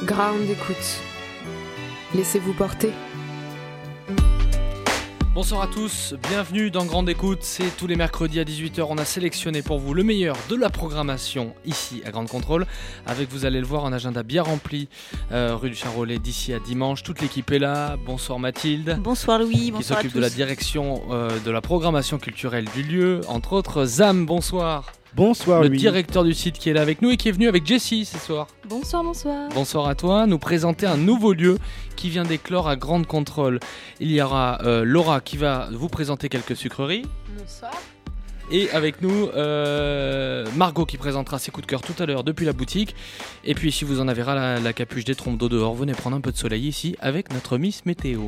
Ground écoute. Laissez-vous porter. Bonsoir à tous, bienvenue dans Grande Écoute. C'est tous les mercredis à 18h. On a sélectionné pour vous le meilleur de la programmation ici à Grande Contrôle. Avec, vous allez le voir, un agenda bien rempli rue du Charolais d'ici à dimanche. Toute l'équipe est là. Bonsoir Mathilde. Bonsoir Louis, bonsoir qui s'occupe à tous. de la direction de la programmation culturelle du lieu. Entre autres, Zam, bonsoir. Bonsoir Le Louis. directeur du site qui est là avec nous et qui est venu avec Jessie ce soir. Bonsoir. Bonsoir à toi, nous présenter un nouveau lieu qui vient d'éclore à Grande Contrôle. Il y aura Laura qui va vous présenter quelques sucreries. Bonsoir. Et avec nous, Margot qui présentera ses coups de cœur tout à l'heure depuis la boutique. Et puis si vous en avez ras la capuche des trompes d'eau dehors, venez prendre un peu de soleil ici avec notre Miss Météo.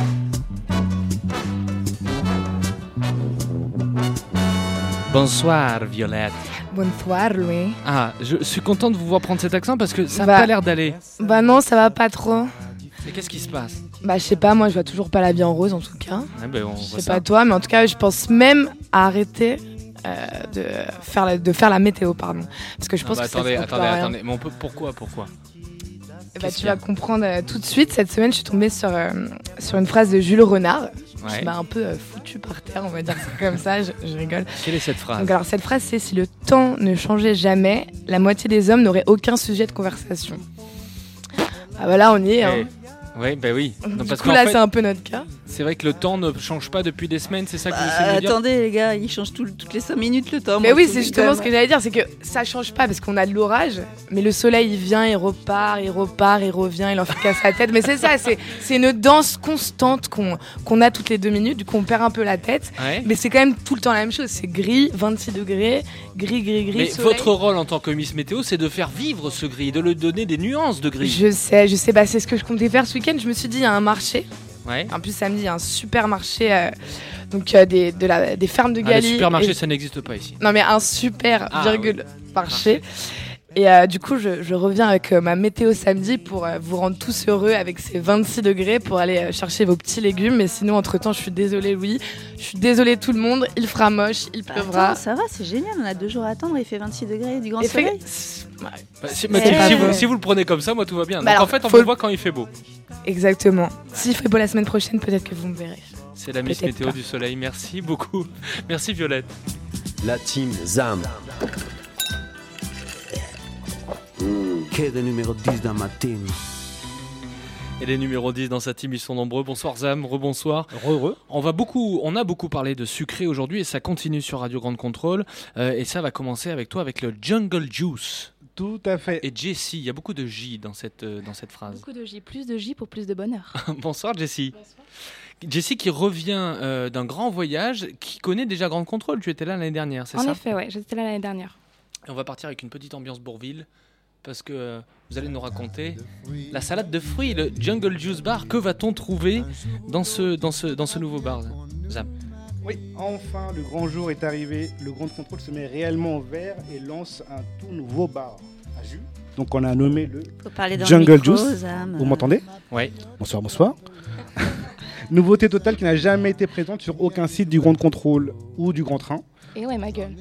Bonsoir Violette. Bonsoir Louis. Ah, je suis content de vous voir prendre cet accent parce que ça n'a pas l'air d'aller. Bah non, ça va pas trop. Mais qu'est-ce qui se passe? Bah je sais pas, moi je vois toujours pas la vie en rose en tout cas. Ah ben, on Je voit sais ça. pas toi, mais en tout cas je pense même à arrêter de faire la météo, pardon. Parce que je pense que ça sert pas à rien. attendez. Mais pourquoi Bah, Qu'est-ce tu qu'il y a vas comprendre tout de suite. Cette semaine, je suis tombée sur une phrase de Jules Renard Ouais. qui m'a un peu foutu par terre, on va dire ça comme ça. Je rigole. Quelle est cette phrase? Donc alors cette phrase, c'est: si le temps ne changeait jamais, la moitié des hommes n'auraient aucun sujet de conversation. Ah bah là, on y est. Hein. Oui, bah oui. Non, Du parce coup qu'en là, fait, c'est un peu notre cas. c'est vrai que le temps ne change pas depuis des semaines, c'est ça que vous essayez de me dire? Attendez les gars, il change toutes les 5 minutes le temps. Mais moi, oui, je c'est trouve justement quand ce que même. j'allais dire, c'est que ça change pas parce qu'on a de l'orage, mais le soleil il vient, il repart, il revient, il en fait qu'à sa tête. Mais c'est ça, c'est une danse constante qu'on a toutes les 2 minutes, du coup on perd un peu la tête. Ouais. Mais c'est quand même tout le temps la même chose, c'est gris, 26 degrés, gris, Mais soleil. votre rôle en tant que Miss Météo, c'est de faire vivre ce gris, de lui donner des nuances de gris. Je sais, bah c'est ce que je comptais faire ce week-end. Je me suis dit, il y a un marché. Ouais. En plus, samedi, il y a un super marché, des fermes de Ah, le Galie. supermarché, Et- ça n'existe pas ici. Non mais un super marché. Et du coup je reviens avec ma météo samedi pour vous rendre tous heureux avec ces 26 degrés pour aller chercher vos petits légumes. Mais sinon entre temps je suis désolée Louis, je suis désolée tout le monde, il fera moche, il pleuvra. Attends, ça va, c'est génial, on a 2 jours à attendre, il fait 26 degrés du grand Et soleil. Bah, C'est Mathilde, pas vrai. si vous le prenez comme ça, moi tout va bien. Bah Donc alors, en fait, on faut- vous voit quand il fait beau. Exactement. S'il fait beau la semaine prochaine, peut-être que vous me verrez. C'est la Miss Peut-être Météo pas. du soleil. Merci beaucoup. Merci Violette. La team Zam. Quel est le numéro 10 dans ma team? Et les numéros 10 dans sa team, ils sont nombreux. Bonsoir Zam, rebonsoir. Heureux. On a beaucoup parlé de sucré aujourd'hui et ça continue sur Radio Grande Contrôle. Et ça va commencer avec toi, avec le Jungle Juice. Tout à fait. Et Jessie, il y a beaucoup de J dans cette phrase. Beaucoup de J, plus de J pour plus de bonheur. Bonsoir Jessie. Jessie qui revient d'un grand voyage, qui connaît déjà Grande Contrôle. Tu étais là l'année dernière, c'est En ça? effet, ouais, j'étais là l'année dernière. Et on va partir avec une petite ambiance Bourville, parce que vous allez nous raconter la salade de fruits, le Jungle Juice Bar. Que va-t-on trouver dans ce nouveau bar, Zam? Oui, enfin, le grand jour est arrivé. Le Grand Contrôle se met réellement en vert et lance un tout nouveau bar à jus. Donc on a nommé le... Faut parler dans Jungle le micro, Juice. Zam. Vous m'entendez? Ouais. Bonsoir, bonsoir. Nouveauté totale qui n'a jamais été présente sur aucun site du Grand Contrôle ou du Grand Train. Et ouais, ma gueule.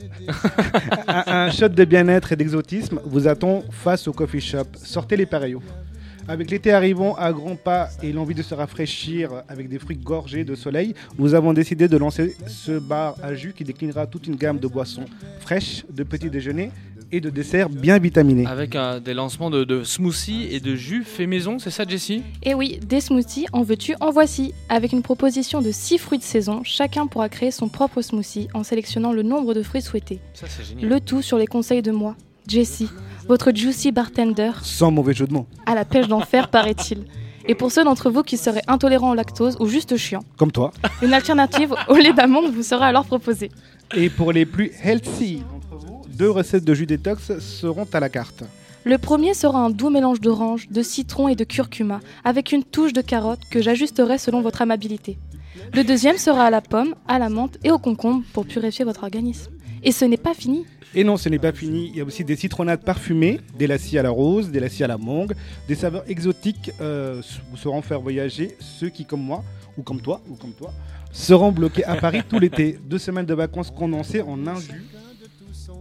Un shot de bien-être et d'exotisme vous attend face au coffee shop. Sortez les pareillots. Avec l'été arrivant à grands pas et l'envie de se rafraîchir avec des fruits gorgés de soleil, nous avons décidé de lancer ce bar à jus qui déclinera toute une gamme de boissons fraîches, de petits déjeuners et de desserts bien vitaminés. Avec des lancements de smoothies et de jus fait maison, c'est ça Jessie? Et oui, des smoothies, en veux-tu, en voici. Avec une proposition de 6 fruits de saison, chacun pourra créer son propre smoothie en sélectionnant le nombre de fruits souhaités. Ça c'est génial. Le tout sur les conseils de moi, Jessie, votre juicy bartender, Sans mauvais jeu de mots. à la pêche d'enfer paraît-il. Et pour ceux d'entre vous qui seraient intolérants au lactose ou juste chiants, Comme toi. une alternative au lait d'amande vous sera alors proposée. Et pour les plus healthy d'entre vous, 2 recettes de jus détox seront à la carte. Le premier sera un doux mélange d'orange, de citron et de curcuma, avec une touche de carotte que j'ajusterai selon votre amabilité. Le deuxième sera à la pomme, à la menthe et au concombre pour purifier votre organisme. Et ce n'est pas fini. Et non, ce n'est pas fini. Il y a aussi des citronnades parfumées, des lacis à la rose, des lacis à la mangue, des saveurs exotiques vous sauront faire voyager ceux qui, comme moi, ou comme toi, seront bloqués à Paris tout l'été. 2 semaines de vacances condensées en un jus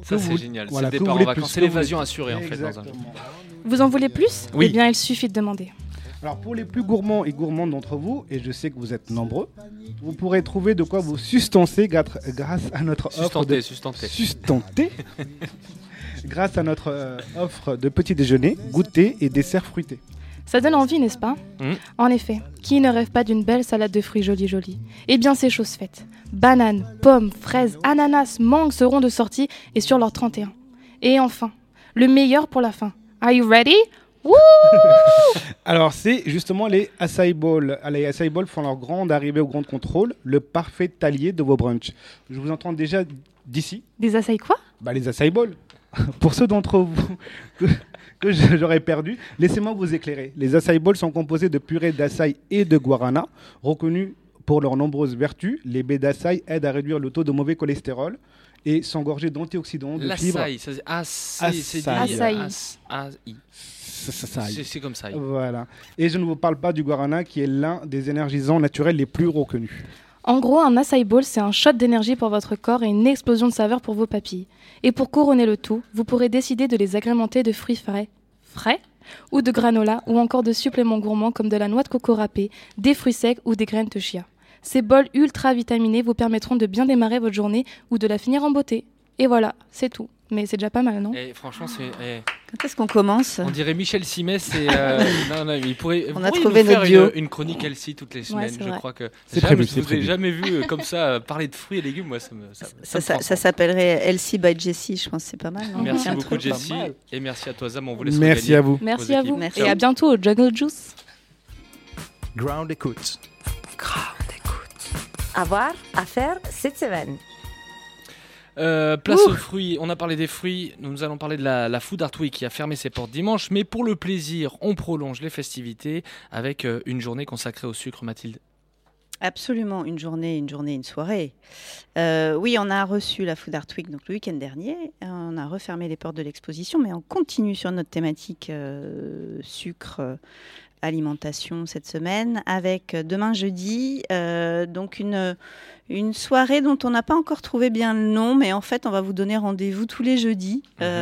Ça, Que c'est vous- génial. voilà, C'est que le départ vous en voulez plus, vacances. C'est que l'évasion vous- assurée, en fait, dans un jeu. Exactement. Vous en voulez plus Oui. Eh bien, il suffit de demander. Alors pour les plus gourmands et gourmandes d'entre vous, et je sais que vous êtes nombreux, vous pourrez trouver de quoi vous sustancer grâce à notre offre de... Sustenté. Sustenter grâce à notre offre de petit déjeuner, goûter et dessert fruité. Ça donne envie, n'est-ce pas En effet, qui ne rêve pas d'une belle salade de fruits jolie? Eh bien, c'est chose faite. Bananes, pommes, fraises, ananas, mangues seront de sortie et sur leur 31. Et enfin, le meilleur pour la fin. Are you ready? Wouh! Alors c'est justement les acai bowls. Les acai bowls font leur grande arrivée au Grand Contrôle, le parfait talier de vos brunchs. Je vous entends déjà d'ici. Des açaïs quoi? Les acai bowls. Pour ceux d'entre vous que j'aurais perdu, laissez-moi vous éclairer. Les acai bowls sont composés de purée d'açaï et de guarana, reconnus pour leurs nombreuses vertus. Les baies d'açaï aident à réduire le taux de mauvais cholestérol et s'engorgés d'antioxydants, de fibres. L'açaï, c'est dit Açaï. Açaï. C'est comme ça. Voilà. Et je ne vous parle pas du guarana qui est l'un des énergisants naturels les plus reconnus. En gros, un acai bowl, c'est un shot d'énergie pour votre corps et une explosion de saveur pour vos papilles. Et pour couronner le tout, vous pourrez décider de les agrémenter de fruits frais ou de granola ou encore de suppléments gourmands comme de la noix de coco râpée, des fruits secs ou des graines de chia. Ces bols ultra vitaminés vous permettront de bien démarrer votre journée ou de la finir en beauté. Et voilà, c'est tout. Mais c'est déjà pas mal, non? Et franchement, Quand est-ce qu'on commence? on dirait Michel Simès. Non, il pourrait. On a pourriez trouvé nous faire notre duo. une chronique Elsie toutes les semaines. c'est Je vrai. crois que C'est prévu, Je c'est vous ai prévu. jamais vu comme ça parler de fruits et légumes. Moi, ça me Ça s'appellerait Elsie by Jessie, je pense que c'est pas mal. Non Merci Un beaucoup, truc. Jessie, et merci à toi, Zam. On vous laisse Merci regagner. à vous. Merci à vous. Merci. Et à bientôt au Jungle Juice. Ground écoute. À voir, à faire cette semaine. Place aux fruits, on a parlé des fruits, nous allons parler de la Food Art Week qui a fermé ses portes dimanche, mais pour le plaisir, on prolonge les festivités avec une journée consacrée au sucre, Mathilde. Absolument, une journée, une soirée. Oui, on a reçu la Food Art Week donc, le week-end dernier. On a refermé les portes de l'exposition, mais on continue sur notre thématique sucre, alimentation cette semaine, avec demain jeudi, donc une soirée dont on n'a pas encore trouvé bien le nom, mais en fait, on va vous donner rendez-vous tous les jeudis,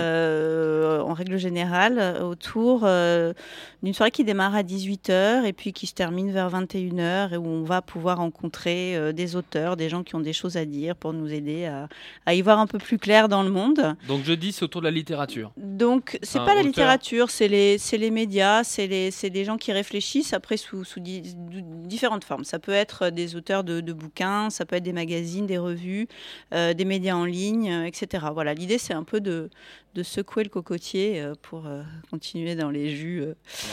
en règle générale, autour d'une soirée qui démarre à 18h et puis qui se termine vers 21h et où on va pouvoir rencontrer des auteurs, des gens qui ont des choses à dire pour nous aider à y voir un peu plus clair dans le monde. Donc jeudi, c'est autour de la littérature. Donc, c'est Enfin, pas la auteur. littérature, c'est les médias, c'est des gens qui réfléchissent après sous différentes formes. Ça peut être des auteurs de bouquins, ça peut être des magazines, des revues, des médias en ligne, etc. Voilà, l'idée, c'est un peu de secouer le cocotier pour continuer dans les jus,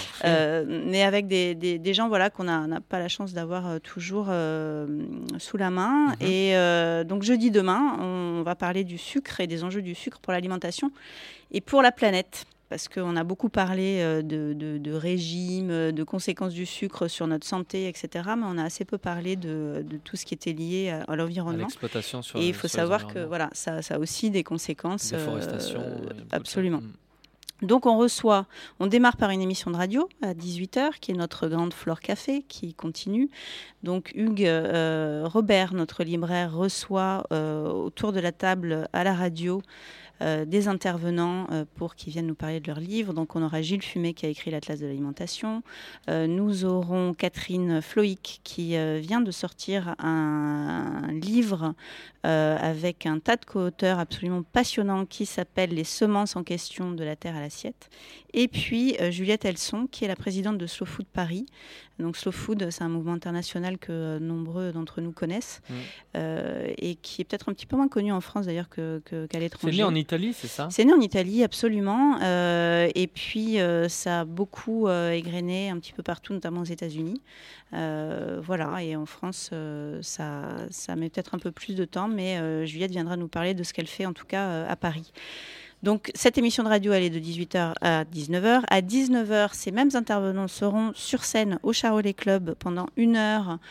mais avec des gens voilà, qu'on n'a pas la chance d'avoir toujours sous la main. Et donc, jeudi demain, on va parler du sucre et des enjeux du sucre pour l'alimentation et pour la planète. Parce qu'on a beaucoup parlé de régime, de conséquences du sucre sur notre santé, etc. Mais on a assez peu parlé de tout ce qui était lié à À l'environnement. l'exploitation sur Et il faut sur les savoir que environnements. voilà, ça a aussi des conséquences. Déforestation. beaucoup de ça. absolument. Donc on démarre par une émission de radio à 18h, qui est notre grande Flore Café, qui continue. Donc Hugues Robert, notre libraire, reçoit autour de la table à la radio des intervenants pour qu'ils viennent nous parler de leurs livres. Donc on aura Gilles Fumet qui a écrit l'Atlas de l'alimentation. Nous aurons Catherine Floïc qui vient de sortir un livre avec un tas de co-auteurs absolument passionnants qui s'appelle Les semences en question de la terre à l'assiette. Et puis Juliette Elson qui est la présidente de Slow Food Paris. Donc Slow Food, c'est un mouvement international que nombreux d'entre nous connaissent et qui est peut-être un petit peu moins connu en France d'ailleurs qu'à l'étranger. C'est né en Italie, c'est ça? C'est né en Italie, absolument. Et puis, ça a beaucoup égrené un petit peu partout, notamment aux États-Unis. Voilà, et en France, ça met peut-être un peu plus de temps, mais Juliette viendra nous parler de ce qu'elle fait, en tout cas, à Paris. Donc, cette émission de radio, elle est de 18h à 19h. À 19h, ces mêmes intervenants seront sur scène au Charolais Club pendant 1 heure,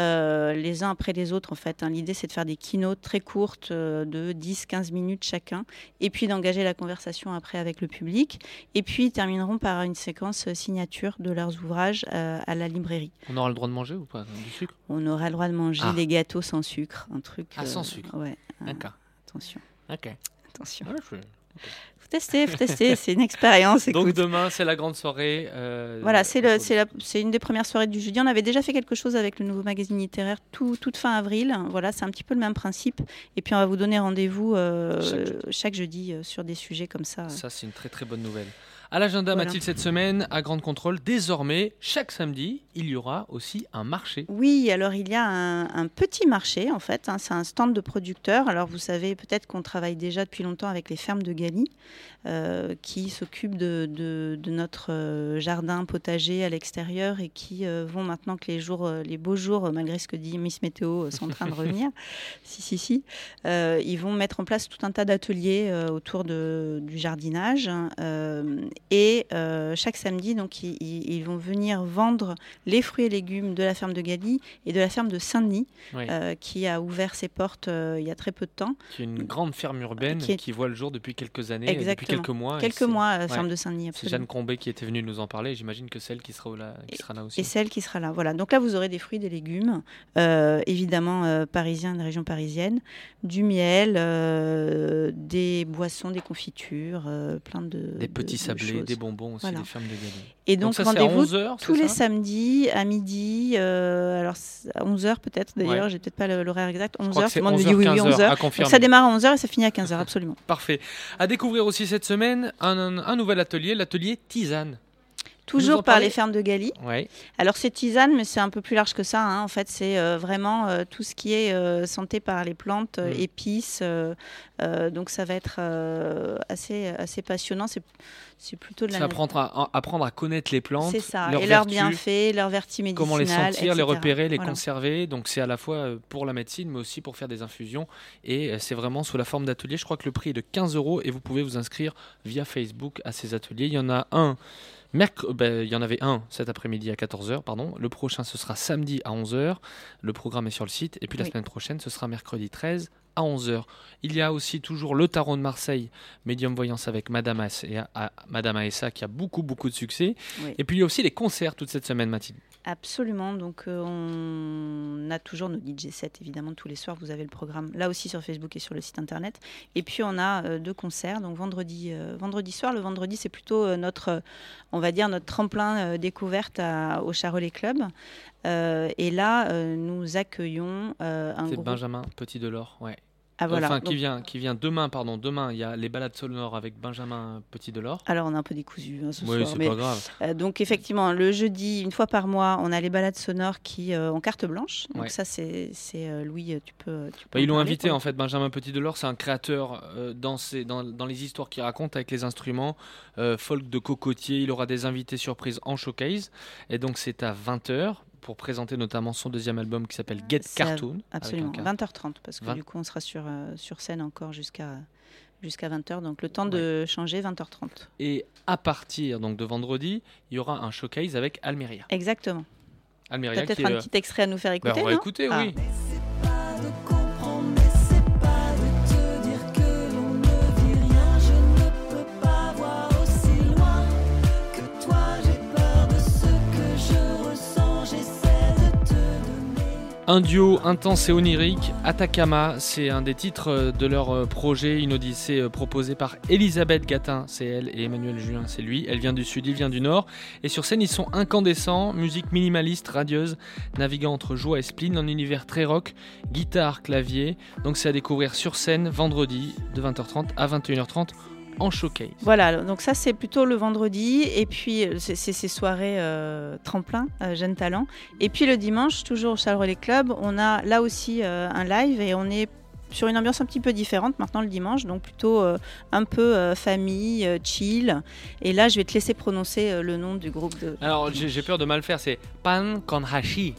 les uns après les autres, en fait. L'idée, c'est de faire des keynotes très courtes de 10-15 minutes chacun, et puis d'engager la conversation après avec le public. Et puis, ils termineront par une séquence signature de leurs ouvrages à la librairie. On aura le droit de manger ou pas du sucre? On aura le droit de manger des gâteaux sans sucre, un truc... sans sucre. Ouais. D'accord. Attention. Ok. Attention. Ouais, Faut tester, c'est une expérience. Donc écoute. demain, c'est la grande soirée. Voilà, c'est une des premières soirées du jeudi. On avait déjà fait quelque chose avec le nouveau magazine littéraire toute fin avril. Voilà, c'est un petit peu le même principe. Et puis on va vous donner rendez-vous chaque jeudi sur des sujets comme ça. Ça, c'est une très très bonne nouvelle. À l'agenda, Voilà. Mathilde, cette semaine, à Grande Contrôle, désormais, chaque samedi, il y aura aussi un marché. Oui, alors il y a un petit marché en fait, c'est un stand de producteurs. Alors vous savez peut-être qu'on travaille déjà depuis longtemps avec les fermes de Galie qui s'occupent de notre jardin potager à l'extérieur et qui vont maintenant que les beaux jours, malgré ce que dit Miss Météo, sont en train de revenir, ils vont mettre en place tout un tas d'ateliers autour du jardinage. Et chaque samedi, donc, ils vont venir vendre les fruits et légumes de la ferme de Galie et de la ferme de Saint-Denis, Oui. qui a ouvert ses portes il y a très peu de temps. Qui est une grande ferme urbaine qui voit le jour depuis quelques années, Exactement. depuis quelques mois. Quelques mois, la ferme de Saint-Denis, C'est absolument. Jeanne Combet qui était venue nous en parler. J'imagine que celle qui sera là aussi. Et celle qui sera là. Voilà. Donc là, vous aurez des fruits, des légumes, évidemment parisiens, de région parisienne, du miel, des boissons, des confitures, plein de des petits sablés, choses. des bonbons aussi, Voilà. des fermes de Galie. Et donc ça, c'est à rendez-vous 11h, tous c'est les ça samedis à midi, alors à 11h peut-être d'ailleurs, Ouais. j'ai peut-être pas l'horaire exact, Je crois 11h, que c'est tout le monde me 11h, dit oui, 15h, 11h. à Donc confirmer. ça démarre à 11h et ça finit à 15h, absolument. Parfait. À découvrir aussi cette semaine un nouvel atelier, l'atelier Tisane. Vous nous en Toujours par parlez les fermes de Galie. Ouais. Alors c'est tisane, mais c'est un peu plus large que ça. En fait, c'est vraiment tout ce qui est santé par les plantes, épices. Donc ça va être assez passionnant. C'est plutôt de la C'est apprendre à connaître les plantes, C'est ça. leurs Et leurs vertus, bienfaits, leurs vertus médicinales, comment les sentir, les etc. repérer, les Voilà. conserver. Donc c'est à la fois pour la médecine, mais aussi pour faire des infusions. Et c'est vraiment sous la forme d'ateliers. Je crois que le prix est de 15 € et vous pouvez vous inscrire via Facebook à ces ateliers. Il y en a un. Il y en avait un cet après-midi à 14h, pardon. Le prochain, ce sera samedi à 11h. Le programme est sur le site. Et puis la semaine prochaine, ce sera mercredi 13 à 11h. Il y a aussi toujours le tarot de Marseille, médium voyance avec Madame Aessa qui a beaucoup de succès. Oui. Et puis il y a aussi les concerts toute cette semaine, Mathilde. Absolument. Donc on a toujours nos DJ sets, évidemment, tous les soirs. Vous avez le programme là aussi sur Facebook et sur le site internet. Et puis on a 2 concerts. Donc vendredi soir. Le vendredi, c'est plutôt notre tremplin découverte au Charolais Club. Et là, nous accueillons un C'est groupe. Benjamin Petit-Delors, ouais. Ah, voilà. Enfin, Donc, qui vient demain, pardon. Demain, il y a les balades sonores avec Benjamin Petit-Delors. alors on est un peu décousu ce Oui, soir. c'est pas grave. Donc effectivement, le jeudi, une fois par mois, on a les balades sonores qui ont carte blanche. Donc Ouais. ça, c'est Louis, tu peux Ils en l'ont parler, invité quoi. en fait, Benjamin Petit-Delors, c'est un créateur dans les histoires qu'il raconte avec les instruments folk de cocotier. Il aura des invités surprises en showcase et donc c'est à 20h pour présenter notamment son deuxième album qui s'appelle Get C'est Cartoon. Absolument, avec un K. 20h30 parce que du coup on sera sur scène encore jusqu'à 20h, donc le temps de changer 20h30. Et à partir donc de vendredi, il y aura un showcase avec Almeria. Exactement. Tu Almeria as peut-être qui est, un petit extrait à nous faire écouter, on va non écouter, Ah. oui. Un duo intense et onirique, Atacama, c'est un des titres de leur projet, une odyssée proposée par Elisabeth Gatin, c'est elle, et Emmanuel Julien, c'est lui. Elle vient du sud, il vient du nord. Et sur scène, ils sont incandescents, musique minimaliste, radieuse, naviguant entre joie et spleen, un univers très rock, guitare, clavier. Donc c'est à découvrir sur scène vendredi de 20h30 à 21h30 en showcase. Voilà, donc ça c'est plutôt le vendredi, et puis c'est ces soirées tremplin, jeunes talents. Et puis le dimanche, toujours au Charolais Club, on a là aussi un live, et on est sur une ambiance un petit peu différente maintenant le dimanche, donc plutôt un peu famille, chill. Et là je vais te laisser prononcer le nom du groupe de... Alors j'ai peur de mal faire, c'est Pan con Hashi.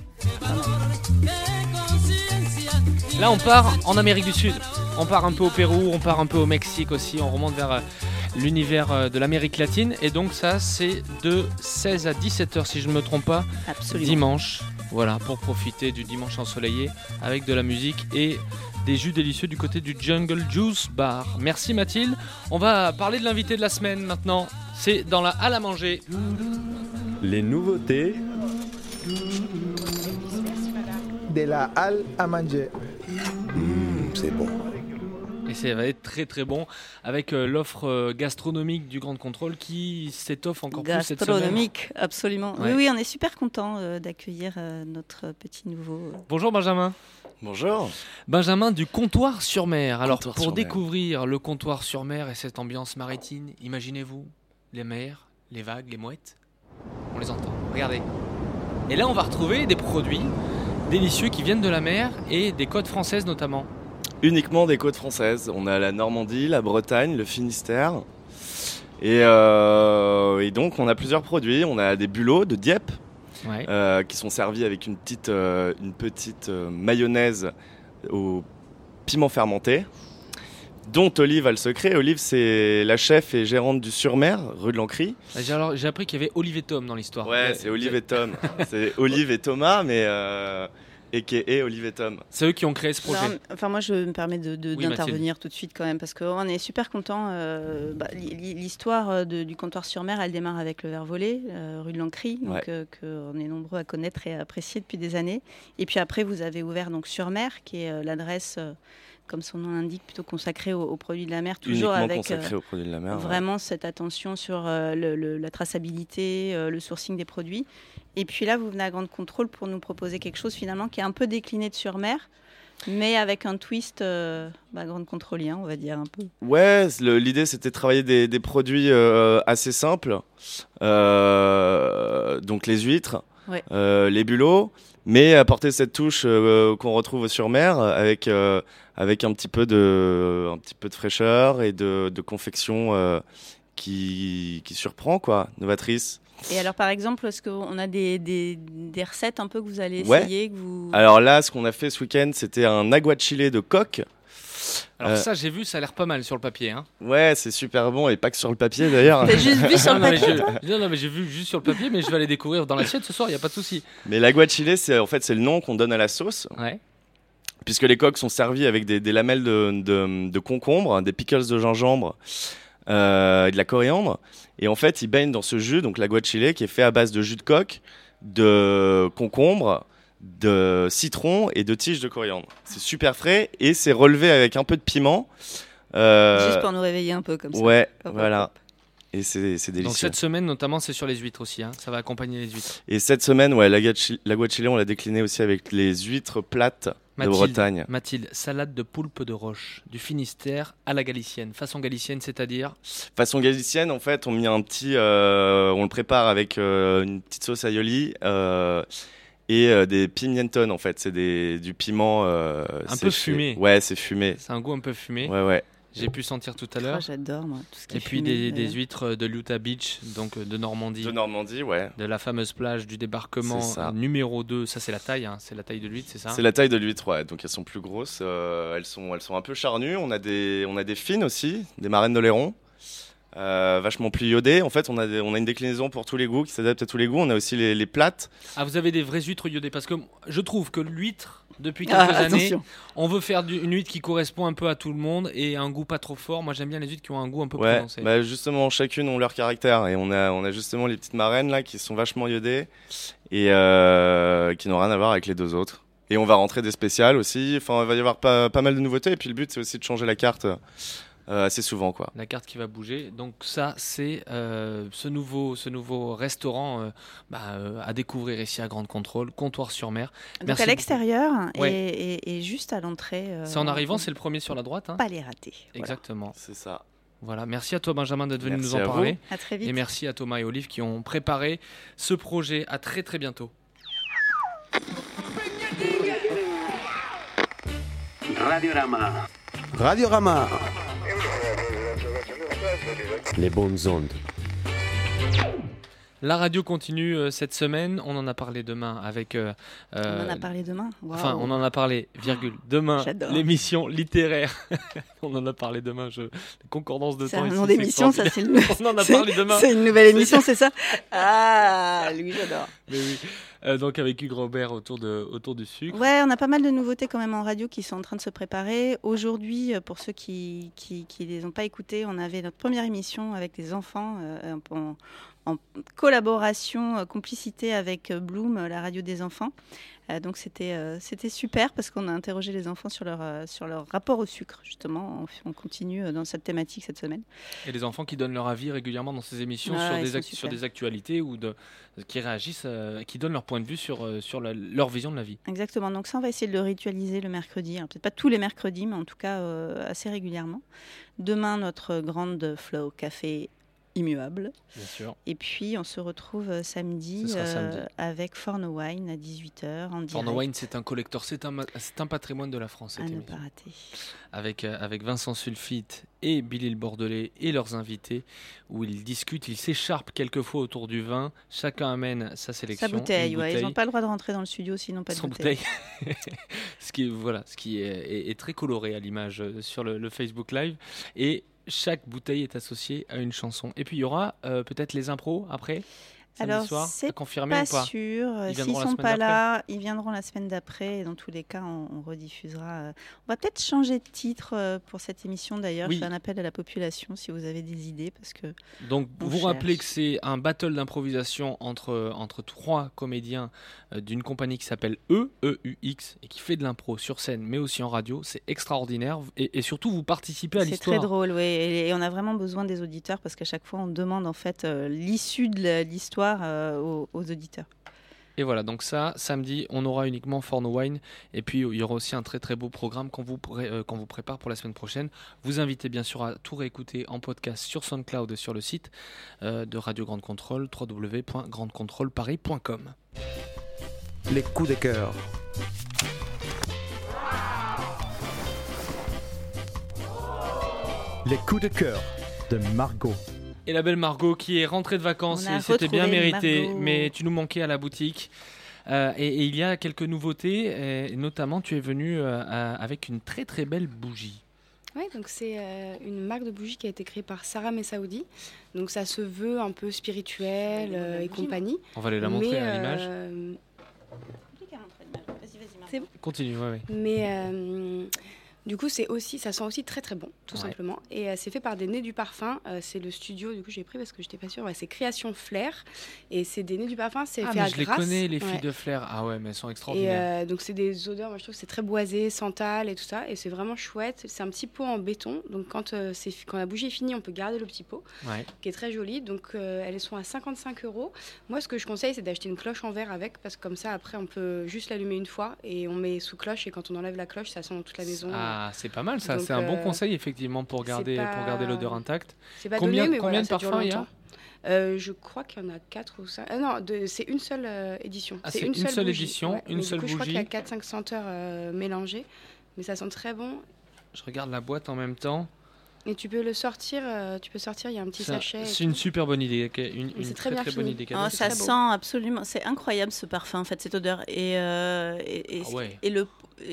Là on part en Amérique du Sud, on part un peu au Pérou, on part un peu au Mexique aussi, on remonte vers l'univers de l'Amérique latine, et donc ça c'est de 16 à 17h si je ne me trompe pas. Absolument. Dimanche, voilà, pour profiter du dimanche ensoleillé avec de la musique et des jus délicieux du côté du Jungle Juice Bar. Merci Mathilde, on va parler de l'invité de la semaine maintenant, c'est dans la halle à manger. Les nouveautés de la halle à manger. C'est bon. Et ça va être très très bon avec l'offre gastronomique du Grand Contrôle qui s'étoffe encore plus cette semaine. Gastronomique, absolument. Ouais. Oui, on est super content d'accueillir notre petit nouveau. Bonjour Benjamin. Bonjour. Benjamin du Comptoir sur Mer. Alors Comptoir pour sur Mer. découvrir le Comptoir sur Mer et cette ambiance maritime, imaginez-vous les mers, les vagues, les mouettes. On les entend. Regardez. Et là on va retrouver des produits délicieux qui viennent de la mer et des côtes françaises notamment. Uniquement des côtes françaises. On a la Normandie, la Bretagne, le Finistère. Et donc on a plusieurs produits. On a des bulots de Dieppe qui sont servis avec une petite mayonnaise au piment fermenté, dont Olive a le secret. Olive, c'est la chef et gérante du Sur-Mer, rue de l'Ancry. J'ai appris qu'il y avait Olive et Tom dans l'histoire. Ouais, c'est Olive et Tom. C'est Olive et Thomas, mais a.k.a. Olive et Tom. C'est eux qui ont créé ce projet. Non, enfin, moi, je me permets d'intervenir Mathilde. tout de suite quand même, parce qu'on est super contents. L'histoire du Comptoir sur Mer, elle démarre avec le verre volé, rue de l'Ancry, donc qu'on est nombreux à connaître et à apprécier depuis des années. Et puis après, vous avez ouvert donc Sur Mer, qui est l'adresse, comme son nom l'indique, plutôt consacrée aux produits de la mer, toujours Uniquement avec consacré aux produits de la mer. vraiment cette attention sur la traçabilité, le sourcing des produits. Et puis là, vous venez à Grande Contrôle pour nous proposer quelque chose finalement qui est un peu décliné de Sur Mer, mais avec un twist Grande Contrôlien, on va dire un peu. Ouais, l'idée c'était de travailler des produits assez simples, donc les huîtres, les bulots, mais apporter cette touche qu'on retrouve Sur Mer avec un petit peu de fraîcheur et de confection qui surprend, quoi, novatrice. Et alors, par exemple, est-ce qu'on a des recettes un peu que vous allez essayer Alors là, ce qu'on a fait ce week-end, c'était un aguachile de coque. Alors ça, j'ai vu, ça a l'air pas mal sur le papier. Hein. Ouais, c'est super bon, et pas que sur le papier d'ailleurs. T'as juste vu sur le papier. Non, mais j'ai vu juste sur le papier, mais je vais aller découvrir dans l'assiette ce soir, il n'y a pas de souci. Mais l'aguachile, c'est le nom qu'on donne à la sauce. Ouais. Puisque les coques sont servies avec des lamelles de concombre, des pickles de gingembre et de la coriandre. Et en fait, ils baignent dans ce jus, donc l'aguachile, qui est fait à base de jus de coque, de concombre, de citron et de tiges de coriandre. C'est super frais et c'est relevé avec un peu de piment. Juste pour nous réveiller un peu comme ça. Ouais, voilà. Et c'est délicieux. Donc cette semaine, notamment, c'est sur les huîtres aussi. Hein. Ça va accompagner les huîtres. Et cette semaine, l'aguachile, on l'a décliné aussi avec les huîtres plates de Bretagne. Mathilde, salade de poulpe de roche, du Finistère à la galicienne. Façon galicienne, c'est-à-dire Façon galicienne, en fait, on le prépare avec une petite sauce aioli et des pimentons, en fait. C'est du piment un peu fumé. Ouais, c'est fumé. C'est un goût un peu fumé. Ouais. J'ai pu sentir tout à l'heure. J'adore, moi, tout ce qui est puis fumé, des huîtres de Utah Beach, donc de Normandie. De Normandie, ouais. De la fameuse plage du débarquement numéro 2. Ça, c'est la taille, hein. C'est la taille de l'huître, c'est ça? C'est la taille de l'huître, ouais. Donc elles sont plus grosses. Elles sont un peu charnues. On a des fines aussi, des marraines d'Oléron. Vachement plus iodées. En fait, on a une déclinaison pour tous les goûts qui s'adapte à tous les goûts. On a aussi les plates. Ah, vous avez des vraies huîtres iodées? Parce que je trouve que l'huître, depuis quelques années, on veut faire une huître qui correspond un peu à tout le monde et un goût pas trop fort. Moi, j'aime bien les huîtres qui ont un goût un peu prononcé. Bah justement, chacune ont leur caractère et on a justement les petites marraines là qui sont vachement iodées et qui n'ont rien à voir avec les deux autres. Et on va rentrer des spéciales aussi. Enfin, il va y avoir pas mal de nouveautés. Et puis le but, c'est aussi de changer la carte. Assez souvent, quoi. La carte qui va bouger. Donc ça, c'est ce nouveau restaurant à découvrir ici à Grande Contrôle, Comptoir sur Mer. Donc Merci à l'extérieur ouais. et juste à l'entrée. C'est en arrivant, c'est le premier sur la droite. Hein. Pas les rater. Exactement. Voilà. C'est ça. Voilà, merci à toi Benjamin d'être venu nous en vous. parler. À très vite. Et merci à Thomas et Olive qui ont préparé ce projet. À très très bientôt. Radiorama. Radiorama. Les bonnes ondes. La radio continue cette semaine. On en a parlé demain avec. On en a parlé demain. Wow. Enfin, on en a parlé, demain. J'adore. L'émission littéraire. On en a parlé demain. Concordance de temps. C'est un nom d'émission, ça c'est le. On en a parlé demain. C'est une nouvelle émission, c'est ça? Ah, lui j'adore. Mais oui. Donc avec Hugues Robert autour du sucre. Ouais, on a pas mal de nouveautés quand même en radio qui sont en train de se préparer. Aujourd'hui, pour ceux qui les ont pas écoutées, on avait notre première émission avec des enfants en collaboration, complicité avec Bloom, la radio des enfants. Donc c'était super parce qu'on a interrogé les enfants sur leur rapport au sucre, justement. On continue dans cette thématique cette semaine. Et les enfants qui donnent leur avis régulièrement dans ces émissions sur des actualités ou qui réagissent, qui donnent leur point de vue sur leur vision de la vie. Exactement, donc ça on va essayer de le ritualiser le mercredi. Alors, peut-être pas tous les mercredis, mais en tout cas assez régulièrement. Demain, notre grande Flow Café immuable. Bien sûr. Et puis on se retrouve samedi avec For No Wine à 18h en direct. For No Wine, c'est un collector, c'est un patrimoine de la France. À ne pas rater. Avec Vincent Sulfite et Billy le Bordelais et leurs invités, où ils discutent, ils s'écharpent quelquefois autour du vin. Chacun amène sa sélection. Sa bouteille, ils n'ont pas le droit de rentrer dans le studio, sinon pas de bouteille. ce qui est très coloré à l'image sur le Facebook Live. Et chaque bouteille est associée à une chanson. Et puis il y aura peut-être les impros après. Alors, soir, c'est confirmé pas ou pas sûr. S'ils ne sont pas là, ils viendront la semaine d'après. Et dans tous les cas, on rediffusera. On va peut-être changer de titre pour cette émission d'ailleurs. Oui. Je fais un appel à la population si vous avez des idées. Parce que donc, vous rappelez que c'est un battle d'improvisation entre 3 comédiens d'une compagnie qui s'appelle EUX et qui fait de l'impro sur scène, mais aussi en radio. C'est extraordinaire. Et surtout, vous participez à l'histoire. C'est très drôle, oui. Et on a vraiment besoin des auditeurs parce qu'à chaque fois, on demande en fait l'issue de l'histoire aux auditeurs. Et voilà, donc ça, samedi, on aura uniquement For No Wine. Et puis, il y aura aussi un très très beau programme qu'on vous prépare pour la semaine prochaine. Vous invitez bien sûr à tout réécouter en podcast sur SoundCloud et sur le site de Radio Grande Contrôle, www.grandecontrôleparis.com. Les coups de cœur. Les coups de cœur de Margot. Et la belle Margot qui est rentrée de vacances et c'était bien mérité, Margot. Mais tu nous manquais à la boutique. Et il y a quelques nouveautés, et notamment tu es venue avec une très très belle bougie. Oui, donc c'est une marque de bougies qui a été créée par Sarah Messaoudi. Donc ça se veut un peu spirituel et compagnie. On va aller la montrer à l'image. C'est bon. Continue, ouais. Mais du coup, ça sent aussi très très bon, tout simplement. Et c'est fait par des Nez du Parfum. C'est le studio, du coup, j'ai pris parce que j'étais pas sûre. C'est Création Flair. Et c'est des Nez du Parfum, c'est fait à Grasse. Je les connais, les filles de Flair. Ah ouais, mais elles sont extraordinaires. Et donc, c'est des odeurs, moi je trouve que c'est très boisé, santal et tout ça. Et c'est vraiment chouette. C'est un petit pot en béton. Donc, quand la bougie est finie, on peut garder le petit pot, qui est très joli. Donc, elles sont à 55 €. Moi, ce que je conseille, c'est d'acheter une cloche en verre avec, parce que comme ça, après, on peut juste l'allumer une fois et on met sous cloche. Et quand on enlève la cloche, ça sent dans toute la maison. Ah, c'est pas mal ça. Donc, c'est un bon conseil, effectivement, pour garder l'odeur intacte. C'est pas combien de parfums il y a je crois qu'il y en a 4 ou 5. C'est une seule édition. C'est une seule édition, une seule bougie. Je crois qu'il y a 4-5 senteurs mélangées. Mais ça sent très bon. Je regarde la boîte en même temps. Et tu peux le sortir, il y a un petit sachet. C'est une super bonne idée, c'est très bonne idée. Ça sent absolument, c'est incroyable ce parfum en fait, cette odeur et le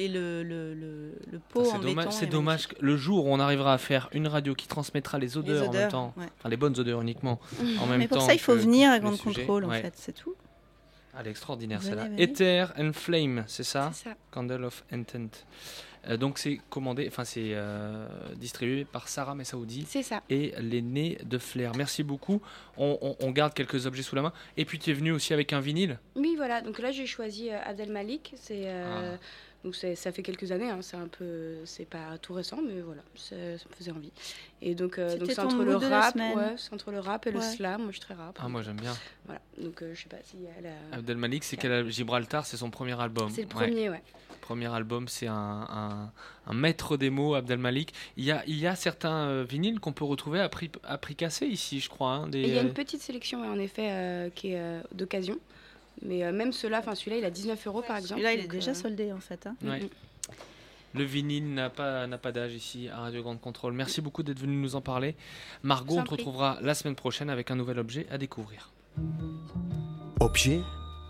pot en béton. C'est dommage que le jour où on arrivera à faire une radio qui transmettra les odeurs en même temps, enfin les bonnes odeurs uniquement en même temps. Mais pour ça il faut venir à Grande Contrôle en fait, c'est tout. Elle est extraordinaire celle-là. Ether and Flame, c'est ça? Candle of Intent. Donc c'est distribué par Sarah Messaoudi. C'est ça. Et les Nez de Flair. Merci beaucoup. On garde quelques objets sous la main. Et puis tu es venu aussi avec un vinyle. Oui, voilà. Donc là j'ai choisi Abdel Malik. Donc ça fait quelques années. C'est pas tout récent, mais voilà, ça me faisait envie. Et donc c'est entre le rap, c'est entre le rap et le slam. Moi je suis très rap. Ah moi j'aime bien. Voilà. Donc je sais pas si elle a. Abdel Malik, c'est Gibraltar, c'est son premier album. C'est le premier, Premier album, c'est un maître des mots, Abdel Malik. Il y a certains vinyles qu'on peut retrouver à prix cassé ici, je crois. Il y a une petite sélection, en effet, qui est d'occasion. Mais même celui-là, il a 19 € par exemple. Celui-là, il est déjà soldé en fait. Le vinyle n'a pas d'âge ici à Radio Grande Contrôle. Merci beaucoup d'être venu nous en parler. Margot, on te retrouvera la semaine prochaine avec un nouvel objet à découvrir. Objet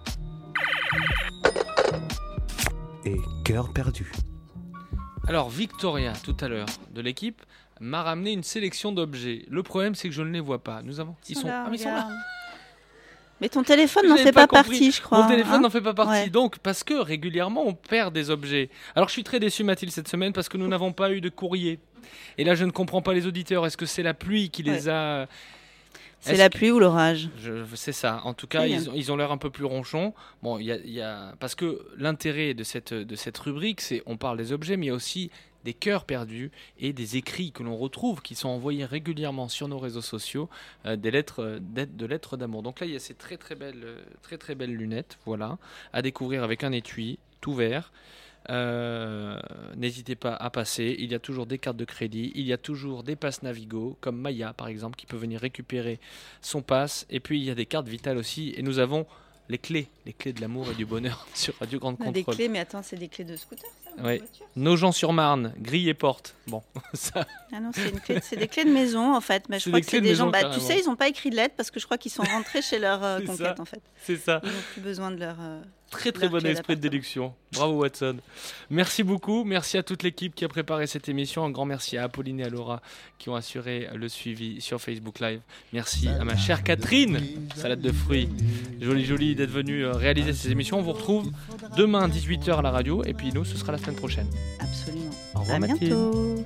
et cœur perdu. Alors Victoria, tout à l'heure, de l'équipe, m'a ramené une sélection d'objets. Le problème, c'est que je ne les vois pas. Ils sont là. Mais ton téléphone n'en fait pas partie, je crois. Mon téléphone n'en fait pas partie. Donc, parce que régulièrement, on perd des objets. Alors, je suis très déçu, Mathilde, cette semaine, parce que nous n'avons pas eu de courrier. Et là, je ne comprends pas les auditeurs. Est-ce que c'est la pluie qui les a... C'est la pluie ou l'orage. C'est ça. En tout cas, ils ont l'air un peu plus ronchons. Bon, parce que l'intérêt de cette rubrique, c'est on parle des objets, mais il y a aussi des cœurs perdus et des écrits que l'on retrouve, qui sont envoyés régulièrement sur nos réseaux sociaux, de lettres d'amour. Donc là, il y a ces très très belles lunettes, voilà, à découvrir avec un étui tout vert. N'hésitez pas à passer, il y a toujours des cartes de crédit, il y a toujours des passes Navigo comme Maya par exemple qui peut venir récupérer son pass, et puis il y a des cartes vitales aussi, et nous avons les clés de l'amour et du bonheur sur Radio Grande Contrôle. Des clés, mais attends, c'est des clés de scooter ça, ouais. Nogent-sur-Marne, grille et porte. Bon, ça. Ah non, c'est des clés de maison en fait, mais je crois que c'est des gens. Tu sais, ils n'ont pas écrit de lettres parce que je crois qu'ils sont rentrés chez leur conquête en fait. C'est ça. Ils n'ont plus besoin de leur. Très bon esprit de déduction. Bravo Watson. Merci beaucoup. Merci à toute l'équipe qui a préparé cette émission. Un grand merci à Apolline et à Laura qui ont assuré le suivi sur Facebook Live. Merci à ma chère Catherine, salade de fruits. Jolie d'être venue réaliser ces émissions. On vous retrouve demain 18h à la radio, et puis nous ce sera la semaine prochaine. Absolument. Au revoir, à Mathilde. Bientôt.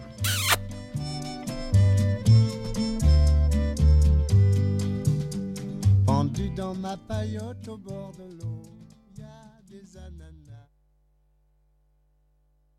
Pendu dans ma paillote au bord de l'eau, il y a des ananas.